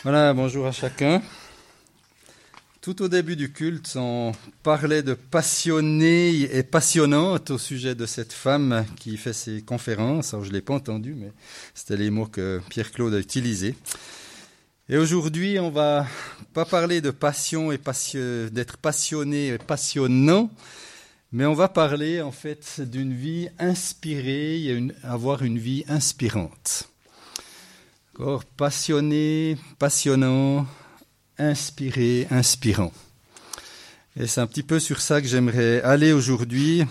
Voilà, bonjour à chacun. Tout au début du culte, on parlait de passionnée et passionnante au sujet de cette femme qui fait ses conférences. Alors, je ne l'ai pas entendu, mais c'était les mots que Pierre-Claude a utilisés. Et aujourd'hui, on va pas parler de passion et d'être passionné et passionnant, mais on va parler en fait d'une vie inspirée et avoir une vie inspirante. D'accord, passionné, passionnant, inspiré, inspirant. Et c'est un petit peu sur ça que j'aimerais aller aujourd'hui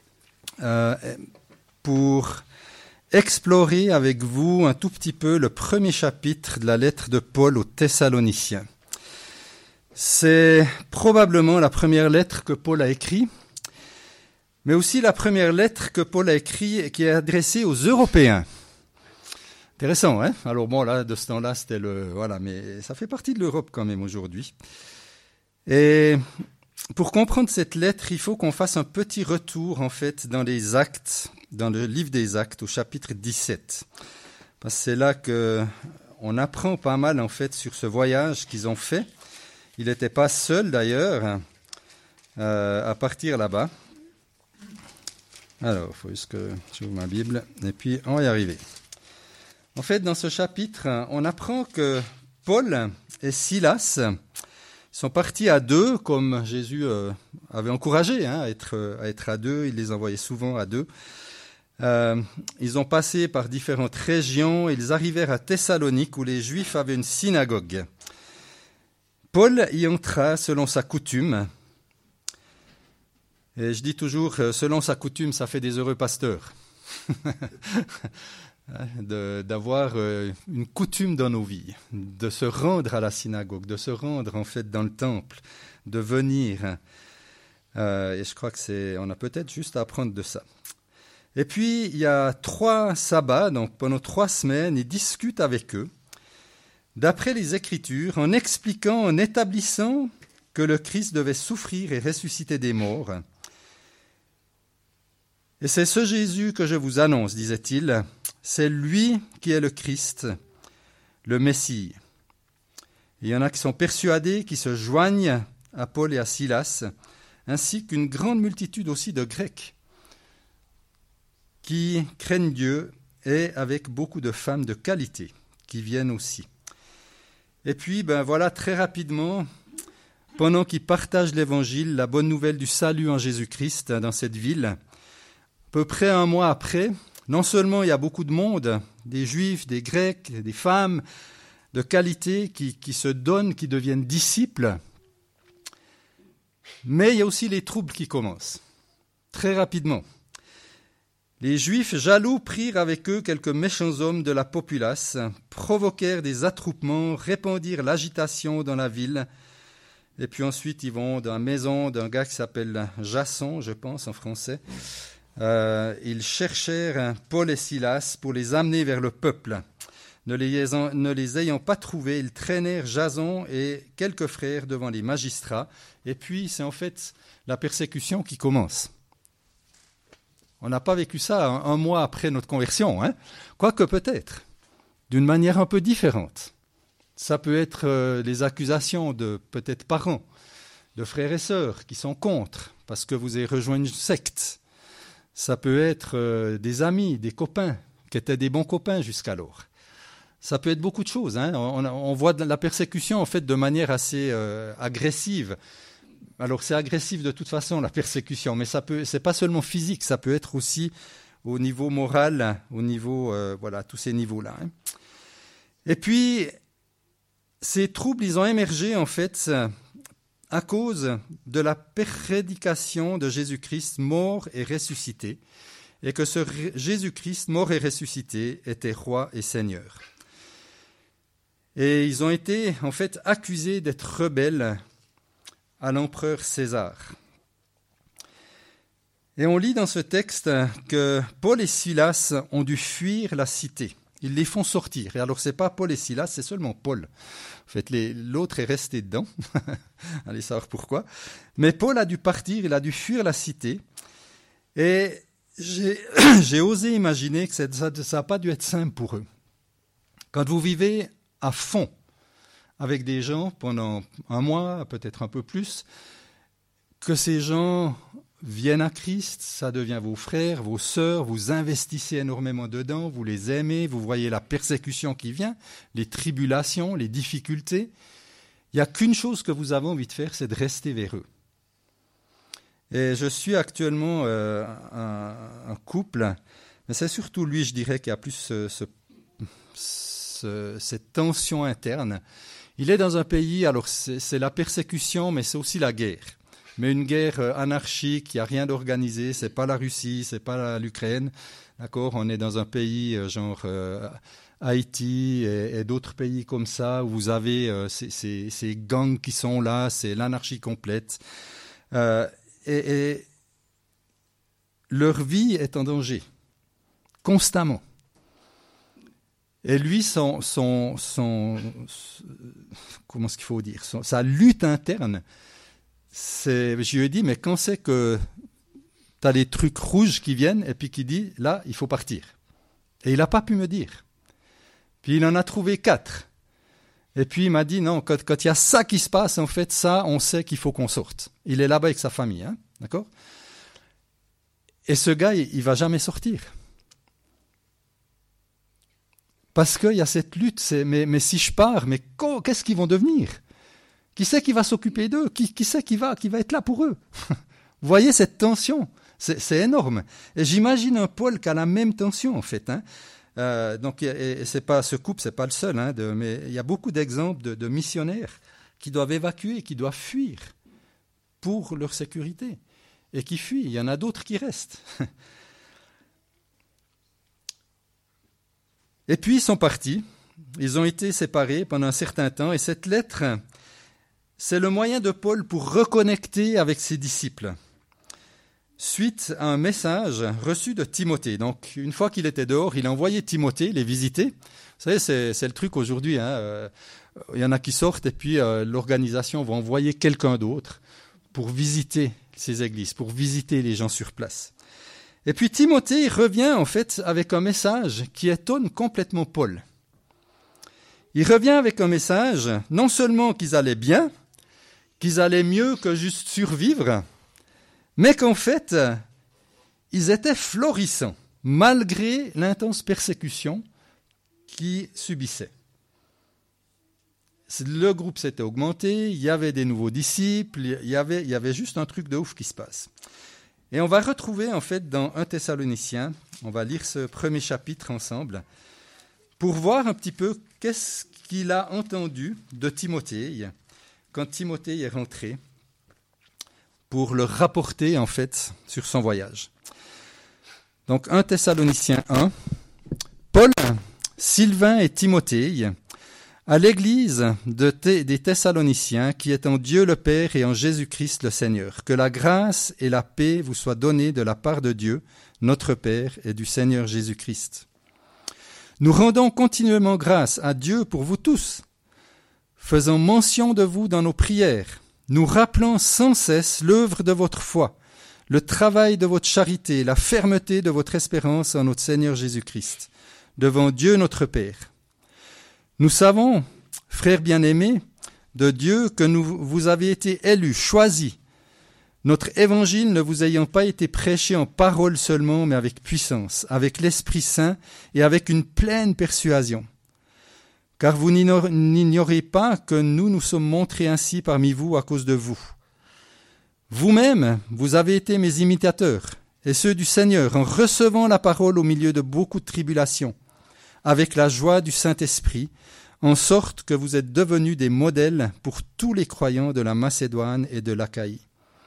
pour explorer avec vous un tout petit peu le premier chapitre de la lettre de Paul aux Thessaloniciens. C'est probablement la première lettre que Paul a écrite, mais aussi la première lettre que Paul a écrite et qui est adressée aux Européens. Intéressant, hein? Alors bon, là, de ce temps-là, c'était voilà, mais ça fait partie de l'Europe quand même aujourd'hui. Et pour comprendre cette lettre, il faut qu'on fasse un petit retour, en fait, dans les Actes, dans le livre des Actes, au chapitre 17. Parce que c'est là qu'on apprend pas mal, en fait, sur ce voyage qu'ils ont fait. Il n'était pas seul, d'ailleurs, à partir là-bas. Alors, il faut juste que j'ouvre ma Bible, et puis on va y arriver. En fait, dans ce chapitre, on apprend que Paul et Silas sont partis à deux, comme Jésus avait encouragé à être à deux. Il les envoyait souvent à deux. Ils ont passé par différentes régions. Ils arrivèrent à Thessalonique, où les Juifs avaient une synagogue. Paul y entra selon sa coutume. Et je dis toujours, selon sa coutume, ça fait des heureux pasteurs. D'avoir une coutume dans nos vies, de se rendre à la synagogue, de se rendre en fait dans le temple, de venir. Et je crois que on a peut-être juste à apprendre de ça. Et puis il y a 3 sabbats, donc pendant 3 semaines, ils discutent avec eux, d'après les Écritures, en expliquant, en établissant que le Christ devait souffrir et ressusciter des morts. Et c'est ce Jésus que je vous annonce, disait-il. C'est lui qui est le Christ, le Messie. Il y en a qui sont persuadés, qui se joignent à Paul et à Silas, ainsi qu'une grande multitude aussi de Grecs qui craignent Dieu et avec beaucoup de femmes de qualité qui viennent aussi. Et puis, voilà, très rapidement, pendant qu'ils partagent l'Évangile, la bonne nouvelle du salut en Jésus-Christ dans cette ville, à peu près 1 mois après, non seulement il y a beaucoup de monde, des Juifs, des Grecs, des femmes de qualité qui se donnent, qui deviennent disciples, mais il y a aussi les troubles qui commencent, très rapidement. Les Juifs jaloux prirent avec eux quelques méchants hommes de la populace, provoquèrent des attroupements, répandirent l'agitation dans la ville, et puis ensuite ils vont dans la maison d'un gars qui s'appelle Jason, je pense en français. Ils cherchèrent Paul et Silas pour les amener vers le peuple. Ne les ayant pas trouvés, ils traînèrent Jason et quelques frères devant les magistrats. Et puis, c'est en fait la persécution qui commence. On n'a pas vécu ça 1 mois après notre conversion, hein? Quoique peut-être, d'une manière un peu différente. Ça peut être les accusations de peut-être parents, de frères et sœurs qui sont contre parce que vous avez rejoint une secte. Ça peut être des amis, des copains, qui étaient des bons copains jusqu'alors. Ça peut être beaucoup de choses. Hein. On voit la persécution en fait de manière assez agressive. Alors c'est agressif de toute façon la persécution, mais c'est pas seulement physique, ça peut être aussi au niveau moral, au niveau voilà tous ces niveaux-là. Hein. Et puis ces troubles, ils ont émergé en fait à cause de la prédication de Jésus-Christ mort et ressuscité, et que ce Jésus-Christ mort et ressuscité était roi et seigneur. Et ils ont été en fait accusés d'être rebelles à l'empereur César. Et on lit dans ce texte que Paul et Silas ont dû fuir la cité. Ils les font sortir. Et alors, ce n'est pas Paul et Silas, c'est seulement Paul. En fait, l'autre est resté dedans. Allez savoir pourquoi. Mais Paul a dû partir, il a dû fuir la cité. Et j'ai osé imaginer que ça n'a pas dû être simple pour eux. Quand vous vivez à fond, avec des gens pendant un mois, peut-être un peu plus, que ces gens viennent à Christ, ça devient vos frères, vos sœurs, vous investissez énormément dedans, vous les aimez, vous voyez la persécution qui vient, les tribulations, les difficultés. Il n'y a qu'une chose que vous avez envie de faire, c'est de rester vers eux. Et je suis actuellement un couple, mais c'est surtout lui, je dirais, qui a plus cette tension interne. Il est dans un pays, alors c'est la persécution, mais c'est aussi la guerre. Mais une guerre anarchique, il n'y a rien d'organisé, c'est pas la Russie, c'est pas l'Ukraine, d'accord ? On est dans un pays genre Haïti et d'autres pays comme ça, où vous avez ces gangs qui sont là, c'est l'anarchie complète. Et leur vie est en danger, constamment. Et lui, comment est-ce qu'il faut dire, sa lutte interne, je lui ai dit, mais quand c'est que tu as les trucs rouges qui viennent et puis qui dit, là, il faut partir. Et il n'a pas pu me dire. Puis il en a trouvé 4. Et puis il m'a dit, non, quand il y a ça qui se passe, en fait, ça, on sait qu'il faut qu'on sorte. Il est là-bas avec sa famille, hein, d'accord ? Et ce gars, il ne va jamais sortir. Parce qu'il y a cette lutte, mais si je pars, mais qu'est-ce qu'ils vont devenir ? Qui c'est qui va s'occuper d'eux ? Qui c'est qui va être là pour eux ? Vous voyez cette tension ? C'est énorme. Et j'imagine un Paul qui a la même tension, en fait. Hein. Donc, et c'est pas, ce couple, c'est pas le seul, hein, mais il y a beaucoup d'exemples de missionnaires qui doivent évacuer, qui doivent fuir pour leur sécurité. Et qui fuient. Il y en a d'autres qui restent. Et puis, ils sont partis. Ils ont été séparés pendant un certain temps. Et cette lettre, c'est le moyen de Paul pour reconnecter avec ses disciples, suite à un message reçu de Timothée. Donc, une fois qu'il était dehors, il a envoyé Timothée les visiter. Vous savez, c'est le truc aujourd'hui. Hein. Il y en a qui sortent et puis l'organisation va envoyer quelqu'un d'autre pour visiter ces églises, pour visiter les gens sur place. Et puis Timothée revient en fait avec un message qui étonne complètement Paul. Il revient avec un message, non seulement qu'ils allaient bien, qu'ils allaient mieux que juste survivre, mais qu'en fait, ils étaient florissants, malgré l'intense persécution qu'ils subissaient. Le groupe s'était augmenté, il y avait des nouveaux disciples, il y avait juste un truc de ouf qui se passe. Et on va retrouver en fait dans 1 Thessaloniciens, on va lire ce premier chapitre ensemble, pour voir un petit peu qu'est-ce qu'il a entendu de Timothée, quand Timothée est rentré, pour le rapporter en fait sur son voyage. Donc 1 Thessaloniciens 1, Paul, Sylvain et Timothée, à l'église des Thessaloniciens, qui est en Dieu le Père et en Jésus-Christ le Seigneur. Que la grâce et la paix vous soient données de la part de Dieu, notre Père, et du Seigneur Jésus-Christ. Nous rendons continuellement grâce à Dieu pour vous tous, faisant mention de vous dans nos prières, nous rappelant sans cesse l'œuvre de votre foi, le travail de votre charité, la fermeté de votre espérance en notre Seigneur Jésus-Christ, devant Dieu notre Père. Nous savons, frères bien-aimés, de Dieu que vous avez été élus, choisis, notre évangile ne vous ayant pas été prêché en parole seulement, mais avec puissance, avec l'Esprit Saint et avec une pleine persuasion. Car vous n'ignorez pas que nous sommes montrés ainsi parmi vous à cause de vous. Vous-même, vous avez été mes imitateurs et ceux du Seigneur en recevant la parole au milieu de beaucoup de tribulations, avec la joie du Saint-Esprit, en sorte que vous êtes devenus des modèles pour tous les croyants de la Macédoine et de l'Achaïe.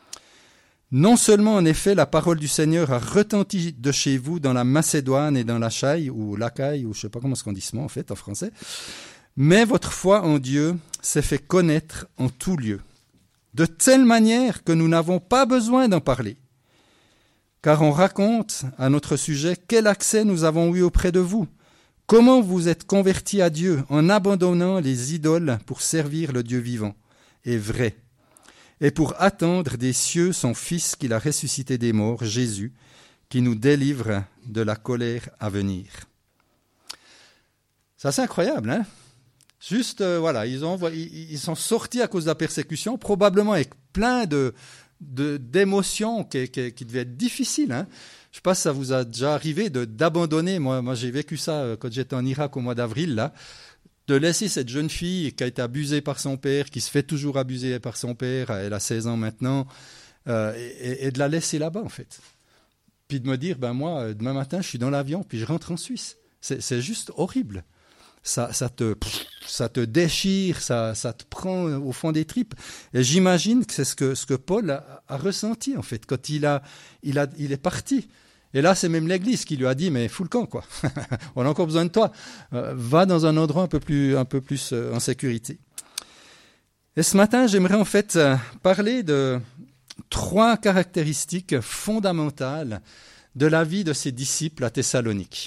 Non seulement, en effet, la parole du Seigneur a retenti de chez vous dans la Macédoine et dans l'Achaïe, ou l'Achaïe, ou je ne sais pas comment on dit ce mot en fait, en français, mais votre foi en Dieu s'est fait connaître en tout lieu, de telle manière que nous n'avons pas besoin d'en parler. Car on raconte à notre sujet quel accès nous avons eu auprès de vous, comment vous êtes convertis à Dieu en abandonnant les idoles pour servir le Dieu vivant et vrai, et pour attendre des cieux son Fils qu'il a ressuscité des morts, Jésus, qui nous délivre de la colère à venir. Ça, c'est incroyable, hein? Juste, voilà, ils sont sortis à cause de la persécution, probablement avec plein d'émotions qui devaient être difficiles. Hein. Je ne sais pas si ça vous a déjà arrivé d'abandonner. Moi, j'ai vécu ça quand j'étais en Irak au mois d'avril, là, de laisser cette jeune fille qui a été abusée par son père, qui se fait toujours abuser par son père, elle a 16 ans maintenant, et de la laisser là-bas, en fait. Puis de me dire, moi, demain matin, je suis dans l'avion, puis je rentre en Suisse. C'est juste horrible. Ça te déchire, ça te prend au fond des tripes. Et j'imagine que c'est ce que Paul a ressenti, en fait, quand il est parti. Et là, c'est même l'Église qui lui a dit, mais fous le camp, quoi. On a encore besoin de toi. Va dans un endroit un peu plus en sécurité. Et ce matin, j'aimerais en fait parler de 3 caractéristiques fondamentales de la vie de ses disciples à Thessalonique.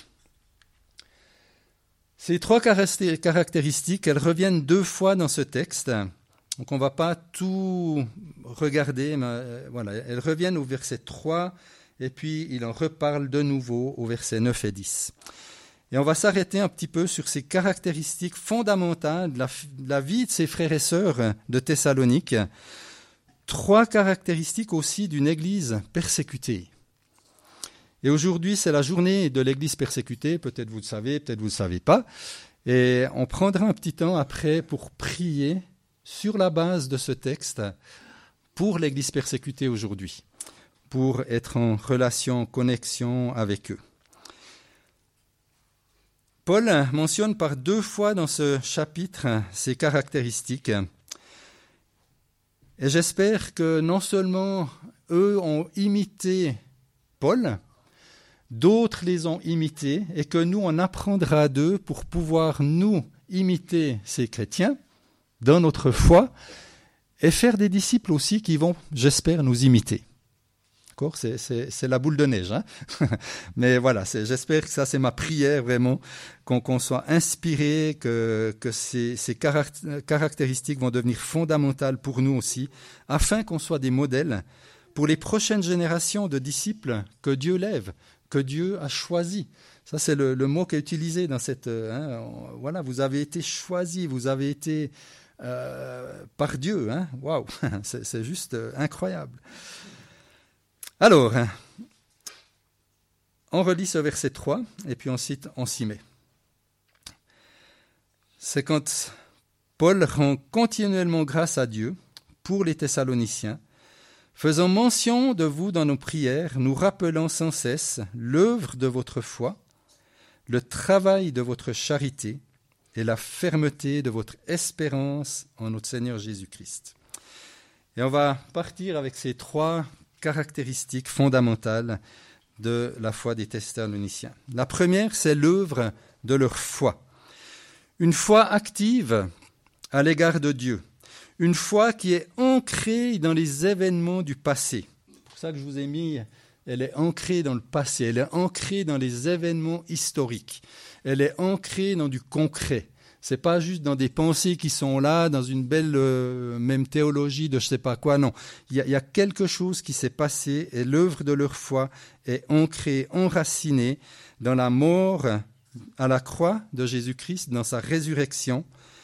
Ces 3 caractéristiques, elles reviennent 2 fois dans ce texte. Donc on ne va pas tout regarder, mais voilà, elles reviennent au verset 3, et puis il en reparle de nouveau au verset 9 et 10. Et on va s'arrêter un petit peu sur ces caractéristiques fondamentales de la vie de ses frères et sœurs de Thessalonique. 3 caractéristiques aussi d'une église persécutée. Et aujourd'hui, c'est la journée de l'église persécutée, peut-être vous le savez, peut-être vous ne le savez pas. Et on prendra un petit temps après pour prier sur la base de ce texte pour l'église persécutée aujourd'hui, pour être en relation, en connexion avec eux. Paul mentionne par 2 fois dans ce chapitre ces caractéristiques. Et j'espère que non seulement eux ont imité Paul, d'autres les ont imités, et que nous, on apprendra d'eux pour pouvoir nous imiter ces chrétiens dans notre foi et faire des disciples aussi qui vont, j'espère, nous imiter. D'accord ? C'est la boule de neige. Hein. Mais voilà, j'espère que ça, c'est ma prière vraiment, qu'on soit inspiré, que ces caractéristiques vont devenir fondamentales pour nous aussi, afin qu'on soit des modèles pour les prochaines générations de disciples que Dieu lève, que Dieu a choisi. Ça, c'est le mot qui est utilisé dans cette... voilà, vous avez été choisis, vous avez été par Dieu. Hein, waouh, c'est juste incroyable. Alors, on relit ce verset 3, et puis ensuite on s'y met. C'est quand Paul rend continuellement grâce à Dieu pour les Thessaloniciens, faisant mention de vous dans nos prières, nous rappelant sans cesse l'œuvre de votre foi, le travail de votre charité et la fermeté de votre espérance en notre Seigneur Jésus-Christ. Et on va partir avec ces 3 caractéristiques fondamentales de la foi des Thessaloniciens. La première, c'est l'œuvre de leur foi. Une foi active à l'égard de Dieu. Une foi qui est ancrée dans les événements du passé. C'est pour ça que je vous ai mis, elle est ancrée dans le passé, elle est ancrée dans les événements historiques. Elle est ancrée dans du concret. Ce n'est pas juste dans des pensées qui sont là, dans une belle même théologie de je ne sais pas quoi, non. Il y a quelque chose qui s'est passé et l'œuvre de leur foi est ancrée, enracinée dans la mort à la croix de Jésus-Christ, dans sa résurrection.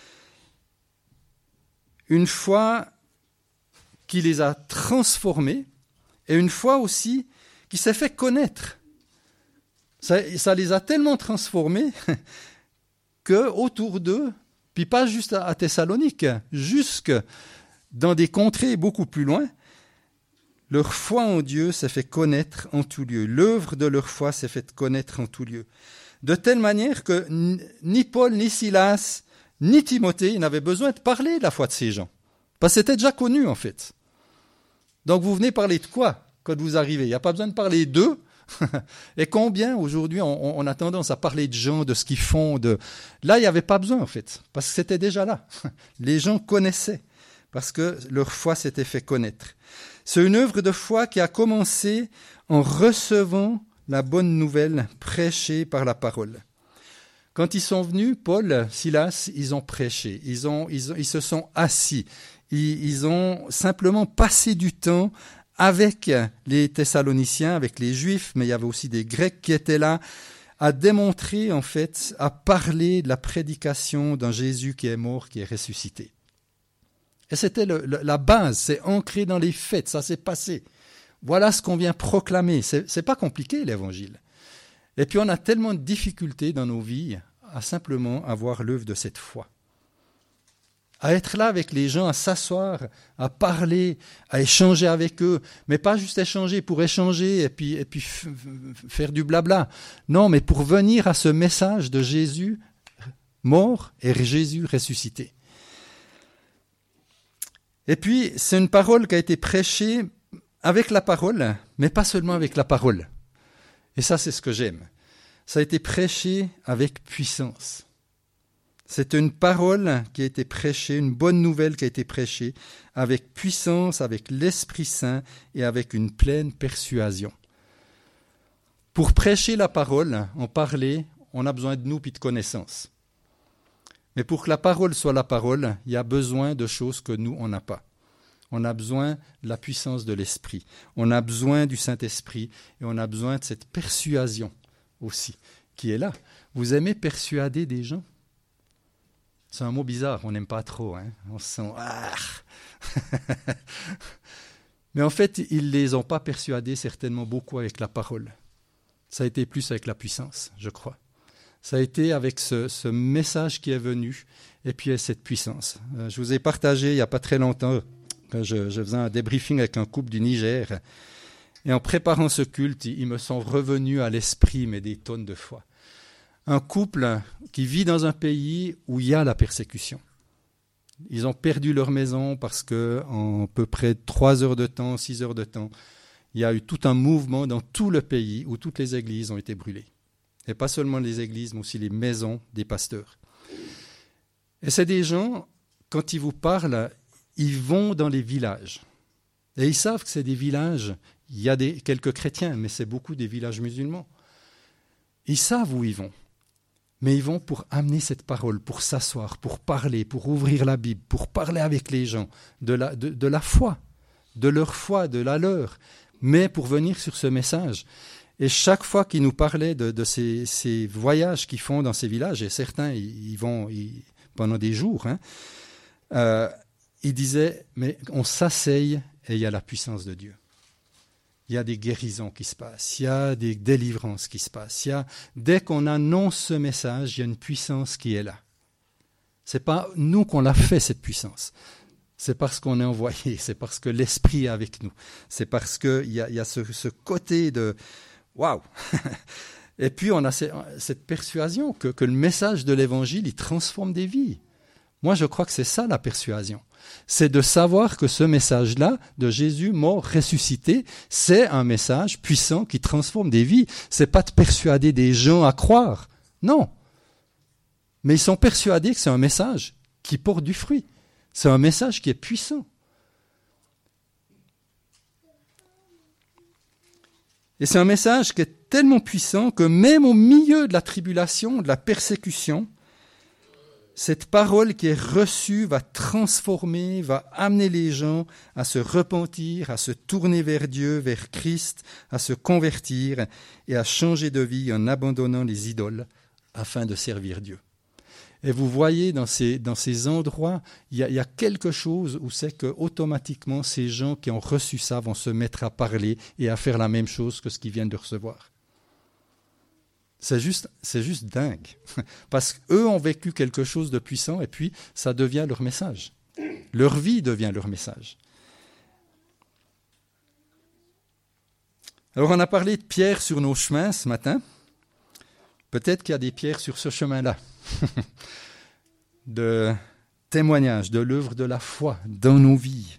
Une foi qui les a transformés et une foi aussi qui s'est fait connaître. Ça les a tellement transformés que autour d'eux, puis pas juste à Thessalonique, jusque dans des contrées beaucoup plus loin, leur foi en Dieu s'est fait connaître en tout lieu. L'œuvre de leur foi s'est fait connaître en tout lieu. De telle manière que ni Paul, ni Silas, ni Timothée n'avaient besoin de parler de la foi de ces gens. Parce que c'était déjà connu, en fait. Donc vous venez parler de quoi quand vous arrivez ? Il n'y a pas besoin de parler d'eux. Et combien aujourd'hui on a tendance à parler de gens, de ce qu'ils font. Là, il n'y avait pas besoin, en fait. Parce que c'était déjà là. Les gens connaissaient. Parce que leur foi s'était fait connaître. C'est une œuvre de foi qui a commencé en recevant la bonne nouvelle prêchée par la parole. Quand ils sont venus, Paul, Silas, ils ont prêché, ils se sont assis, ils ont simplement passé du temps avec les Thessaloniciens, avec les Juifs, mais il y avait aussi des Grecs qui étaient là, à démontrer, en fait, à parler de la prédication d'un Jésus qui est mort, qui est ressuscité. Et c'était la base, c'est ancré dans les faits, ça s'est passé. Voilà ce qu'on vient proclamer. C'est pas compliqué, l'Évangile. Et puis on a tellement de difficultés dans nos vies à simplement avoir l'œuvre de cette foi. À être là avec les gens, à s'asseoir, à parler, à échanger avec eux, mais pas juste échanger pour échanger et puis faire du blabla. Non, mais pour venir à ce message de Jésus mort et Jésus ressuscité. Et puis, c'est une parole qui a été prêchée avec la parole, mais pas seulement avec la parole. Et ça, c'est ce que j'aime. Ça a été prêché avec puissance. C'est une parole qui a été prêchée, une bonne nouvelle qui a été prêchée avec puissance, avec l'Esprit Saint et avec une pleine persuasion. Pour prêcher la parole, en parler, on a besoin de nous et de connaissances. Mais pour que la parole soit la parole, il y a besoin de choses que nous, on n'a pas. On a besoin de la puissance de l'Esprit. On a besoin du Saint-Esprit et on a besoin de cette persuasion aussi qui est là. Vous aimez persuader des gens ? C'est un mot bizarre, on n'aime pas trop. Hein? On se sent... Mais en fait, ils ne les ont pas persuadés certainement beaucoup avec la parole. Ça a été plus avec la puissance, je crois. Ça a été avec ce message qui est venu et puis cette puissance. Je vous ai partagé il n'y a pas très longtemps que je faisais un débriefing avec un couple du Niger. Et en préparant ce culte, ils me sont revenus à l'esprit, mais des tonnes de fois. Un couple qui vit dans un pays où il y a la persécution. Ils ont perdu leur maison parce qu'en à peu près 3 heures de temps, 6 heures de temps, il y a eu tout un mouvement dans tout le pays où toutes les églises ont été brûlées. Et pas seulement les églises, mais aussi les maisons des pasteurs. Et c'est des gens, quand ils vous parlent, ils vont dans les villages. Et ils savent que c'est des villages, il y a quelques chrétiens, mais c'est beaucoup des villages musulmans. Ils savent où ils vont. Mais ils vont pour amener cette parole, pour s'asseoir, pour parler, pour ouvrir la Bible, pour parler avec les gens de la foi, de leur foi, de la leur, mais pour venir sur ce message. Et chaque fois qu'ils nous parlaient de ces voyages qu'ils font dans ces villages, et certains ils vont pendant des jours, ils disaient, mais on s'asseye et il y a la puissance de Dieu. Il y a des guérisons qui se passent, il y a des délivrances qui se passent. Dès qu'on annonce ce message, il y a une puissance qui est là. Ce n'est pas nous qu'on l'a fait, cette puissance. C'est parce qu'on est envoyé, c'est parce que l'Esprit est avec nous. C'est parce qu'il y a ce côté de « waouh !» Et puis on a cette persuasion que le message de l'Évangile, il transforme des vies. Moi, je crois que c'est ça la persuasion. C'est de savoir que ce message-là, de Jésus mort, ressuscité, c'est un message puissant qui transforme des vies. C'est pas de persuader des gens à croire. Non. Mais ils sont persuadés que c'est un message qui porte du fruit. C'est un message qui est puissant. Et c'est un message qui est tellement puissant que même au milieu de la tribulation, de la persécution, cette parole qui est reçue va transformer, va amener les gens à se repentir, à se tourner vers Dieu, vers Christ, à se convertir et à changer de vie en abandonnant les idoles afin de servir Dieu. Et vous voyez dans ces endroits, il y a quelque chose où c'est que automatiquement ces gens qui ont reçu ça vont se mettre à parler et à faire la même chose que ce qu'ils viennent de recevoir. C'est juste dingue, parce qu'eux ont vécu quelque chose de puissant et puis ça devient leur message. Leur vie devient leur message. Alors on a parlé de pierres sur nos chemins ce matin. Peut-être qu'il y a des pierres sur ce chemin-là, de témoignage, de l'œuvre de la foi dans nos vies.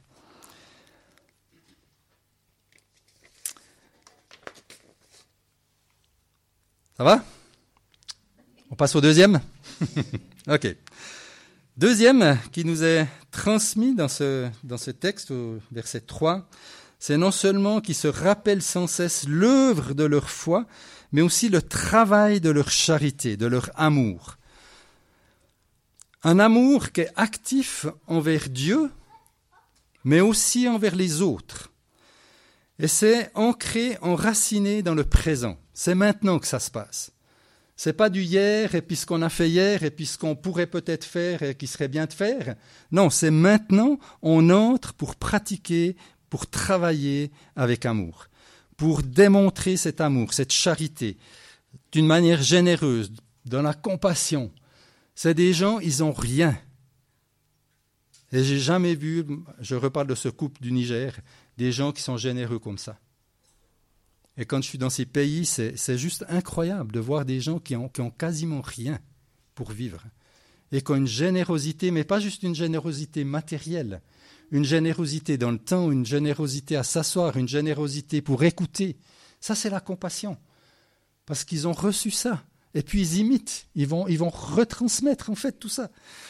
Ça va ? On passe au deuxième ? Ok. Deuxième qui nous est transmis dans ce texte, au verset 3, c'est non seulement qu'ils se rappellent sans cesse l'œuvre de leur foi, mais aussi le travail de leur charité, de leur amour. Un amour qui est actif envers Dieu, mais aussi envers les autres. Et c'est ancré, enraciné dans le présent. C'est maintenant que ça se passe. C'est pas du hier et puis ce qu'on a fait hier et puis ce qu'on pourrait peut-être faire et qui serait bien de faire. Non, c'est maintenant, on entre pour pratiquer, pour travailler avec amour, pour démontrer cet amour, cette charité, d'une manière généreuse, dans la compassion. C'est des gens, ils n'ont rien. Et j'ai jamais vu, je reparle de ce couple du Niger, des gens qui sont généreux comme ça. Et quand je suis dans ces pays, c'est juste incroyable de voir des gens qui ont quasiment rien pour vivre. Et qui ont une générosité, mais pas juste une générosité matérielle, une générosité dans le temps, une générosité à s'asseoir, une générosité pour écouter. Ça, c'est la compassion. Parce qu'ils ont reçu ça. Et puis ils imitent, ils vont retransmettre en fait tout ça.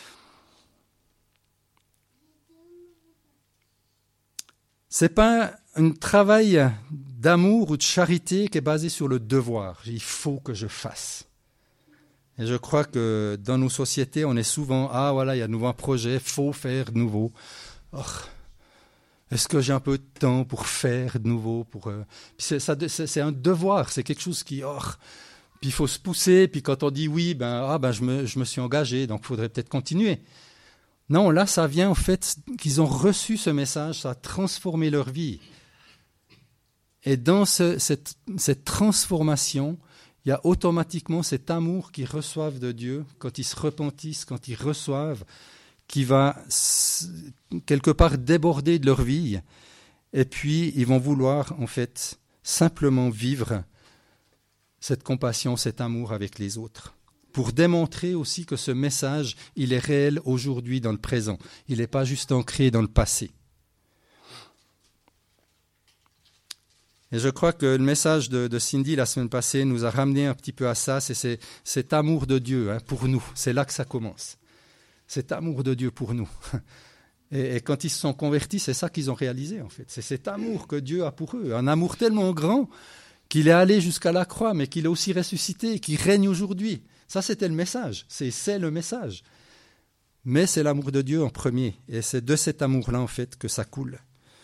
Ce n'est pas un travail d'amour ou de charité qui est basé sur le devoir. Il faut que je fasse. Et je crois que dans nos sociétés, on est souvent, voilà, il y a de nouveau un projet, il faut faire de nouveau. Oh, est-ce que j'ai un peu de temps pour faire de nouveau c'est un devoir, c'est quelque chose qui... puis il faut se pousser, puis quand on dit oui, je me suis engagé, donc il faudrait peut-être continuer. Non, là, ça vient en fait qu'ils ont reçu ce message, ça a transformé leur vie. Et dans cette transformation, il y a automatiquement cet amour qu'ils reçoivent de Dieu, quand ils se repentissent, quand ils reçoivent, qui va quelque part déborder de leur vie. Et puis, ils vont vouloir en fait simplement vivre cette compassion, cet amour avec les autres, pour démontrer aussi que ce message, il est réel aujourd'hui dans le présent. Il n'est pas juste ancré dans le passé. Et je crois que le message de Cindy la semaine passée nous a ramené un petit peu à ça, c'est cet amour de Dieu pour nous. C'est là que ça commence. Cet amour de Dieu pour nous. Et quand ils se sont convertis, c'est ça qu'ils ont réalisé en fait. C'est cet amour que Dieu a pour eux, un amour tellement grand qu'il est allé jusqu'à la croix, mais qu'il est aussi ressuscité, qu'il règne aujourd'hui. Ça, c'était le message. C'est le message. Mais c'est l'amour de Dieu en premier. Et c'est de cet amour-là, en fait, que ça coule.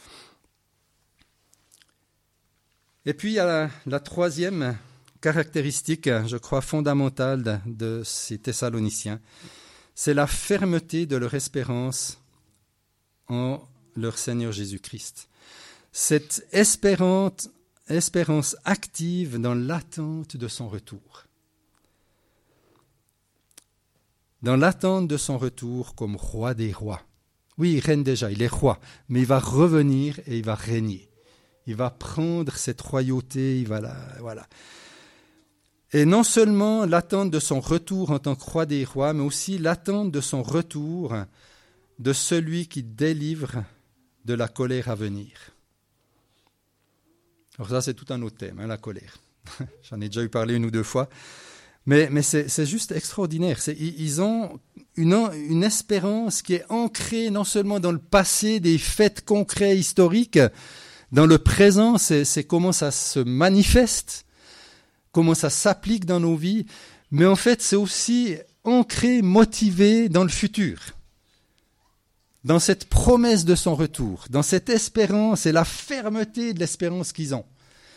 Et puis, il y a la troisième caractéristique, je crois, fondamentale de ces Thessaloniciens. C'est la fermeté de leur espérance en leur Seigneur Jésus-Christ. Cette espérance active dans l'attente de son retour. Dans l'attente de son retour comme roi des rois. Oui, il règne déjà, il est roi, mais il va revenir et il va régner. Il va prendre cette royauté, voilà. Et non seulement l'attente de son retour en tant que roi des rois, mais aussi l'attente de son retour de celui qui délivre de la colère à venir. Alors ça, c'est tout un autre thème, la colère. J'en ai déjà eu parlé une ou deux fois. Mais c'est juste extraordinaire. Ils ont une espérance qui est ancrée non seulement dans le passé, des faits concrets historiques, dans le présent, c'est comment ça se manifeste, comment ça s'applique dans nos vies, mais en fait, c'est aussi ancré, motivé dans le futur, dans cette promesse de son retour, dans cette espérance et la fermeté de l'espérance qu'ils ont.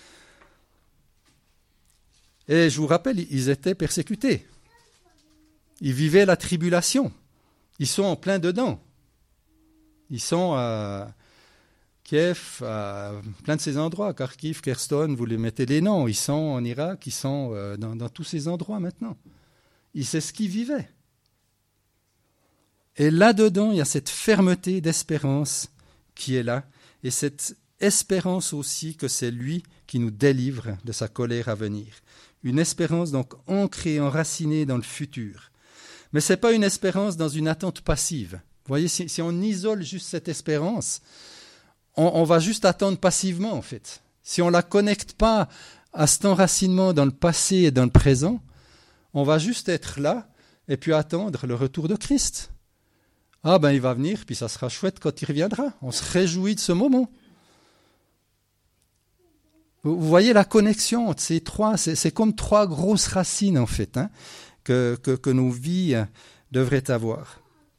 Et je vous rappelle, ils étaient persécutés. Ils vivaient la tribulation. Ils sont en plein dedans. Ils sont à Kiev, à plein de ces endroits, Kharkiv, Kherson, vous les mettez les noms. Ils sont en Irak, ils sont dans tous ces endroits maintenant. C'est ce qu'ils vivaient. Et là-dedans, il y a cette fermeté d'espérance qui est là, et cette espérance aussi que c'est lui qui nous délivre de sa colère à venir. Une espérance donc ancrée, enracinée dans le futur. Mais ce n'est pas une espérance dans une attente passive. Vous voyez, si on isole juste cette espérance, on va juste attendre passivement en fait. Si on ne la connecte pas à cet enracinement dans le passé et dans le présent, on va juste être là et puis attendre le retour de Christ. Il va venir, puis ça sera chouette quand il reviendra. On se réjouit de ce moment. Vous voyez la connexion entre ces trois, c'est comme trois grosses racines en fait, que nos vies devraient avoir.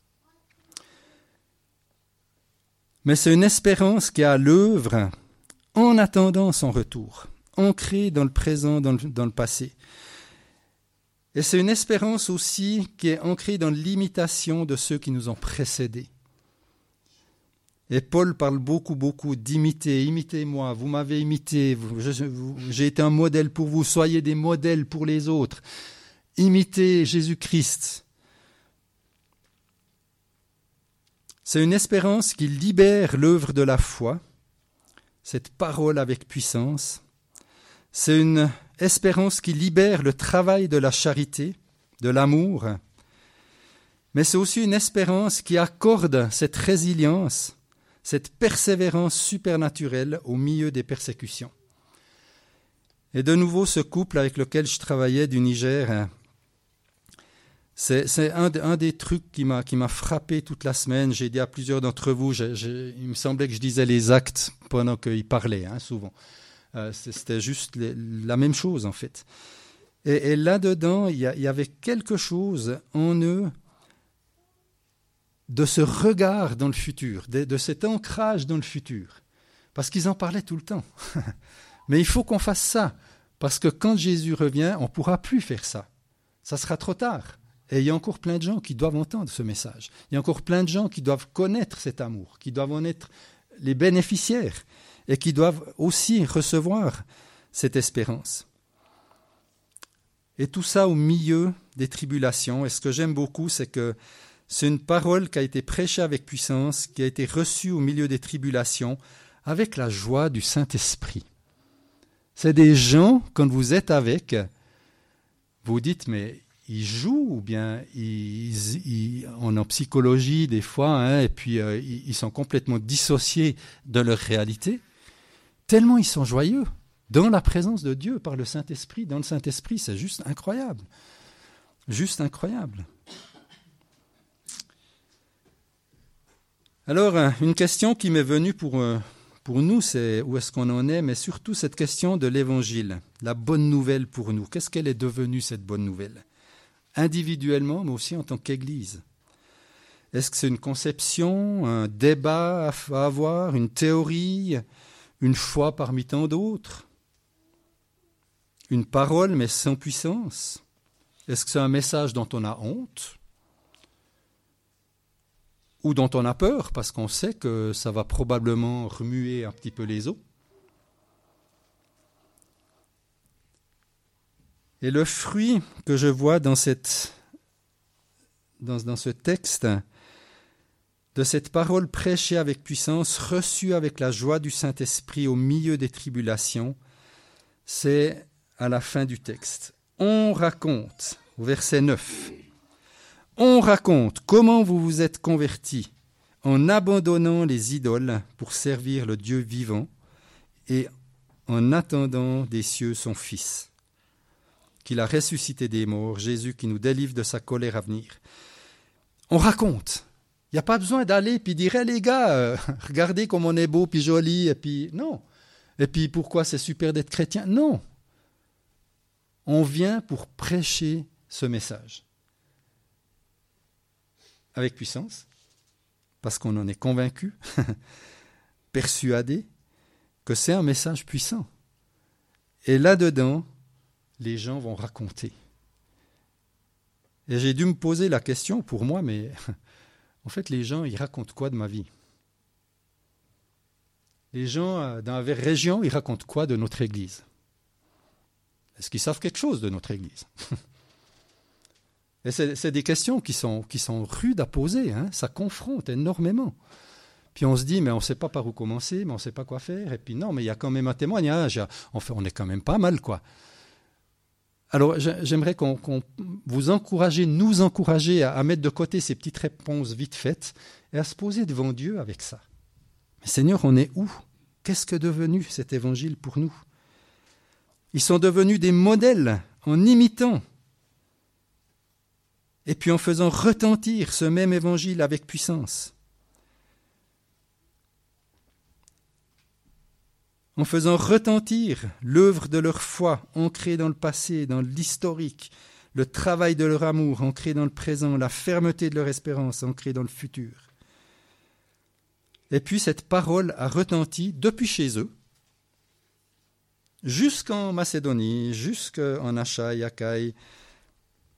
Mais c'est une espérance qui est à l'œuvre en attendant son retour, ancrée dans le présent, dans le passé. Et c'est une espérance aussi qui est ancrée dans l'imitation de ceux qui nous ont précédés. Et Paul parle beaucoup d'imiter. Imitez-moi, vous m'avez imité, j'ai été un modèle pour vous, soyez des modèles pour les autres. Imitez Jésus-Christ. C'est une espérance qui libère l'œuvre de la foi, cette parole avec puissance. C'est une espérance qui libère le travail de la charité, de l'amour. Mais c'est aussi une espérance qui accorde cette résilience, cette persévérance supernaturelle au milieu des persécutions. Et de nouveau, ce couple avec lequel je travaillais du Niger, c'est un des trucs qui m'a frappé toute la semaine. J'ai dit à plusieurs d'entre vous, il me semblait que je disais les actes pendant qu'ils parlaient, souvent. C'était juste la même chose, en fait. Et là-dedans, il y avait quelque chose en eux de ce regard dans le futur, de cet ancrage dans le futur. Parce qu'ils en parlaient tout le temps. Mais il faut qu'on fasse ça, parce que quand Jésus revient, on ne pourra plus faire ça. Ça sera trop tard. Et il y a encore plein de gens qui doivent entendre ce message. Il y a encore plein de gens qui doivent connaître cet amour, qui doivent en être les bénéficiaires et qui doivent aussi recevoir cette espérance. Et tout ça au milieu des tribulations. Et ce que j'aime beaucoup, c'est que c'est une parole qui a été prêchée avec puissance, qui a été reçue au milieu des tribulations, avec la joie du Saint-Esprit. C'est des gens, quand vous êtes avec, vous dites, mais ils jouent, ou bien on est en psychologie des fois, et puis ils sont complètement dissociés de leur réalité, tellement ils sont joyeux, dans la présence de Dieu, par le Saint-Esprit. Dans le Saint-Esprit, c'est juste incroyable. Juste incroyable. Alors, une question qui m'est venue pour nous, c'est où est-ce qu'on en est, mais surtout cette question de l'Évangile, la bonne nouvelle pour nous. Qu'est-ce qu'elle est devenue, cette bonne nouvelle ? Individuellement, mais aussi en tant qu'Église. Est-ce que c'est une conception, un débat à avoir, une théorie, une foi parmi tant d'autres ? Une parole, mais sans puissance ? Est-ce que c'est un message dont on a honte ? Ou dont on a peur, parce qu'on sait que ça va probablement remuer un petit peu les eaux. Et le fruit que je vois dans ce texte, de cette parole prêchée avec puissance, reçue avec la joie du Saint-Esprit au milieu des tribulations, c'est à la fin du texte. On raconte, au verset 9, on raconte comment vous vous êtes convertis en abandonnant les idoles pour servir le Dieu vivant et en attendant des cieux son Fils, qu'il a ressuscité des morts, Jésus qui nous délivre de sa colère à venir. On raconte. Il n'y a pas besoin d'aller puis dire hey, les gars, regardez comme on est beau puis joli, et puis non. Et puis pourquoi c'est super d'être chrétien ? Non. On vient pour prêcher ce message. Avec puissance, parce qu'on en est convaincu, persuadé que c'est un message puissant. Et là-dedans, les gens vont raconter. Et j'ai dû me poser la question pour moi, mais en fait, les gens, ils racontent quoi de ma vie ? Les gens dans la région, ils racontent quoi de notre Église ? Est-ce qu'ils savent quelque chose de notre Église ? Et c'est des questions qui sont rudes à poser, ça confronte énormément. Puis on se dit, mais on ne sait pas par où commencer, mais on ne sait pas quoi faire. Et puis non, mais il y a quand même un témoignage, on est quand même pas mal, quoi. Alors j'aimerais qu'on vous encourager, nous encourager à mettre de côté ces petites réponses vite faites et à se poser devant Dieu avec ça. Mais Seigneur, on est où ? Qu'est-ce que devenu cet évangile pour nous ? Ils sont devenus des modèles en imitant et puis en faisant retentir ce même évangile avec puissance. En faisant retentir l'œuvre de leur foi ancrée dans le passé, dans l'historique, le travail de leur amour ancré dans le présent, la fermeté de leur espérance ancrée dans le futur. Et puis cette parole a retenti depuis chez eux, jusqu'en Macédonie, jusqu'en Achaïe, Achaïe,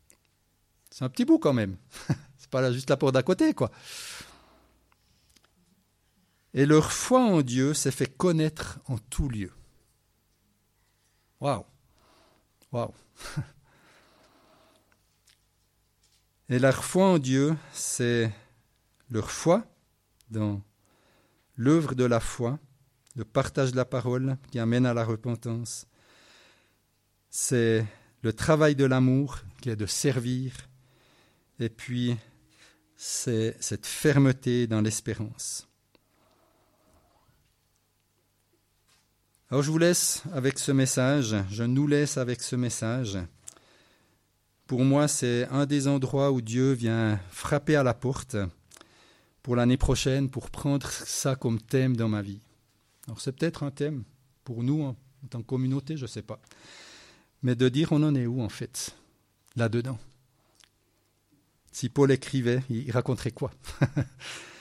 C'est un petit bout quand même. C'est pas là, juste la porte d'à côté, quoi. Et leur foi en Dieu s'est fait connaître en tout lieu. Waouh! Waouh! Et leur foi en Dieu, c'est leur foi dans l'œuvre de la foi, le partage de la parole qui amène à la repentance. C'est le travail de l'amour qui est de servir. Et puis, c'est cette fermeté dans l'espérance. Alors je vous laisse avec ce message, je nous laisse avec ce message. Pour moi, c'est un des endroits où Dieu vient frapper à la porte pour l'année prochaine, pour prendre ça comme thème dans ma vie. Alors c'est peut-être un thème pour nous en tant que communauté, je ne sais pas. Mais de dire on en est où en fait, là-dedans. Si Paul écrivait, il raconterait quoi?